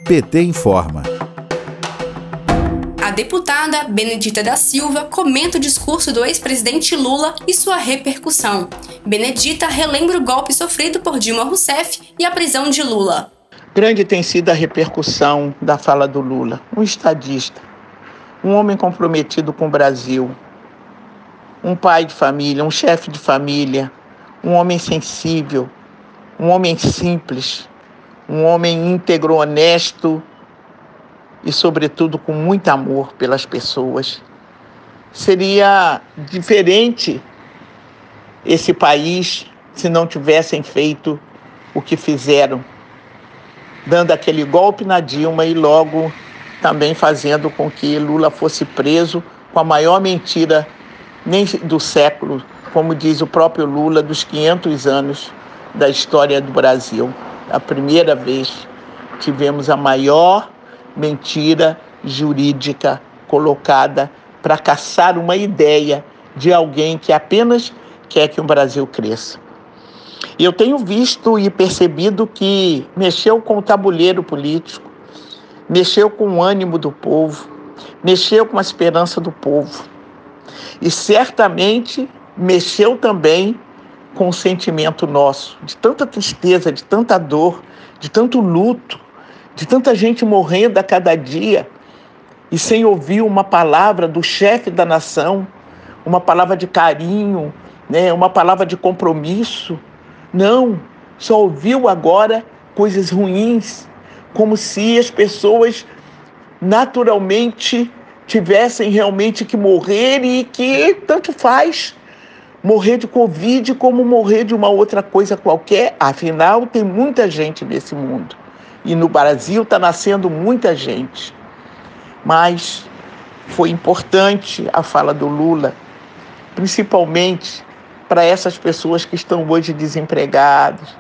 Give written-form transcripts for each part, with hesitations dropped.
PT informa. A deputada Benedita da Silva comenta o discurso do ex-presidente Lula e sua repercussão. Benedita relembra o golpe sofrido por Dilma Rousseff e a prisão de Lula. Grande tem sido a repercussão da fala do Lula. Um estadista, um homem comprometido com o Brasil, um pai de família, um chefe de família, um homem sensível, um homem simples, um homem íntegro, honesto e, sobretudo, com muito amor pelas pessoas. Seria diferente esse país se não tivessem feito o que fizeram, dando aquele golpe na Dilma e logo também fazendo com que Lula fosse preso com a maior mentira nem do século, como diz o próprio Lula, dos 500 anos da história do Brasil. A primeira vez tivemos a maior mentira jurídica colocada para caçar uma ideia de alguém que apenas quer que o Brasil cresça. E eu tenho visto e percebido que mexeu com o tabuleiro político, mexeu com o ânimo do povo, mexeu com a esperança do povo. E certamente mexeu também com o sentimento nosso, de tanta tristeza, de tanta dor, de tanto luto, de tanta gente morrendo a cada dia e sem ouvir uma palavra do chefe da nação, uma palavra de carinho, né? Uma palavra de compromisso. Não, só ouviu agora coisas ruins, como se as pessoas naturalmente tivessem realmente que morrer e que tanto faz morrer de Covid como morrer de uma outra coisa qualquer. Afinal, tem muita gente nesse mundo. E no Brasil está nascendo muita gente. Mas foi importante a fala do Lula, principalmente para essas pessoas que estão hoje desempregadas.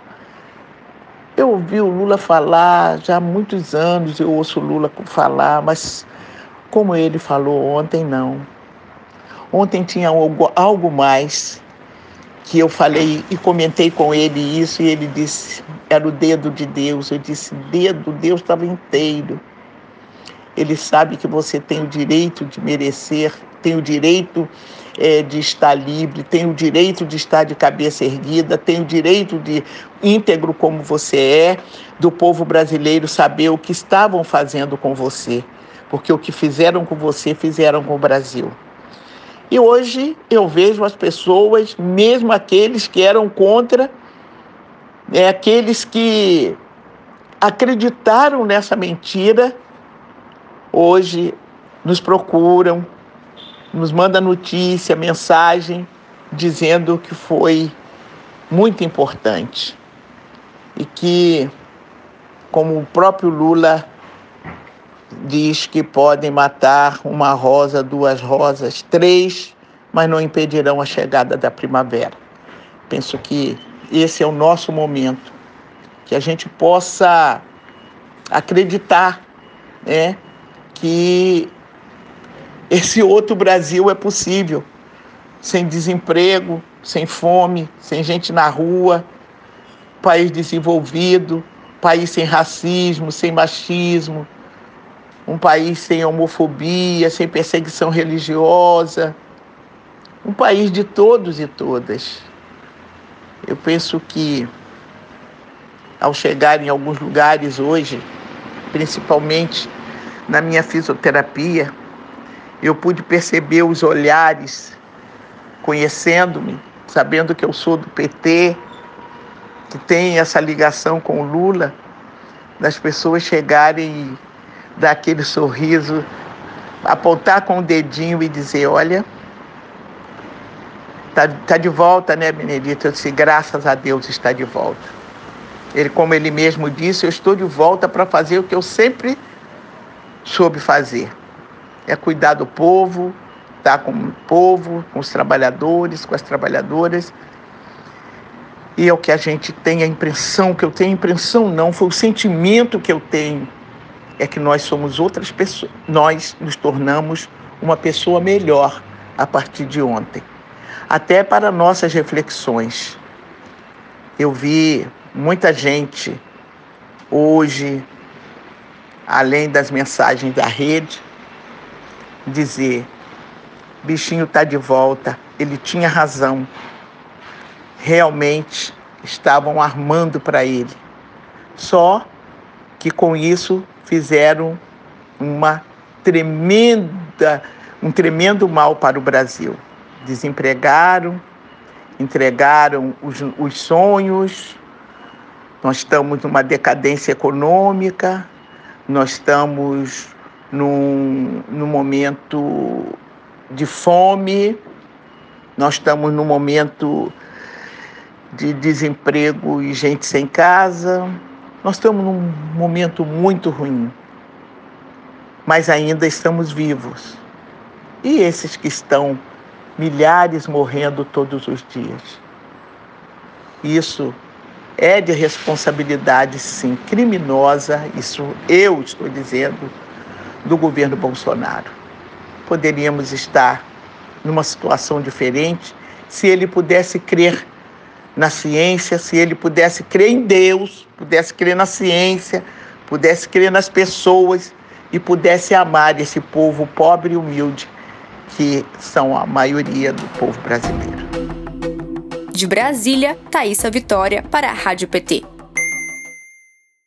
Eu ouvi o Lula falar, já há muitos anos eu ouço o Lula falar, mas como ele falou ontem, não. Ontem tinha algo mais que eu falei e comentei com ele isso, e ele disse, era o dedo de Deus. Eu disse, Deus estava inteiro. Ele sabe que você tem o direito de merecer, tem o direito de estar livre, tem o direito de estar de cabeça erguida, tem o direito de, íntegro como você é, do povo brasileiro saber o que estavam fazendo com você, porque o que fizeram com você, fizeram com o Brasil. E hoje eu vejo as pessoas, mesmo aqueles que eram contra, aqueles que acreditaram nessa mentira, hoje nos procuram, nos mandam notícia, mensagem, dizendo que foi muito importante. E que, como o próprio Lula diz que podem matar uma rosa, duas rosas, três, mas não impedirão a chegada da primavera. Penso que esse é o nosso momento, que a gente possa acreditar, que esse outro Brasil é possível, sem desemprego, sem fome, sem gente na rua, país desenvolvido, país sem racismo, sem machismo, um país sem homofobia, sem perseguição religiosa, um país de todos e todas. Eu penso que, ao chegar em alguns lugares hoje, principalmente na minha fisioterapia, eu pude perceber os olhares, conhecendo-me, sabendo que eu sou do PT, que tem essa ligação com o Lula, das pessoas chegarem e dar aquele sorriso, apontar com o dedinho e dizer, olha, tá de volta, né, Benedita? Eu disse, graças a Deus está de volta. Ele, como ele mesmo disse, eu estou de volta para fazer o que eu sempre soube fazer. É cuidar do povo, estar com o povo, com os trabalhadores, com as trabalhadoras. E é o que a gente tem a impressão, que eu tenho impressão não, foi o sentimento que eu tenho, é que nós somos outras pessoas, nós nos tornamos uma pessoa melhor a partir de ontem. Até para nossas reflexões. Eu vi muita gente hoje além das mensagens da rede, dizer: bichinho está de volta, ele tinha razão. Realmente estavam armando para ele. Só que com isso fizeram um tremendo mal para o Brasil. Desempregaram, entregaram os sonhos. Nós estamos numa decadência econômica, nós estamos num momento de fome, nós estamos num momento de desemprego e gente sem casa. Nós estamos num momento muito ruim, mas ainda estamos vivos. E esses que estão, milhares morrendo todos os dias. Isso é de responsabilidade, sim, criminosa, isso eu estou dizendo, do governo Bolsonaro. Poderíamos estar numa situação diferente se ele pudesse crer na ciência, se ele pudesse crer em Deus, pudesse crer na ciência, pudesse crer nas pessoas e pudesse amar esse povo pobre e humilde, que são a maioria do povo brasileiro. De Brasília, Thaísa Vitória para a Rádio PT.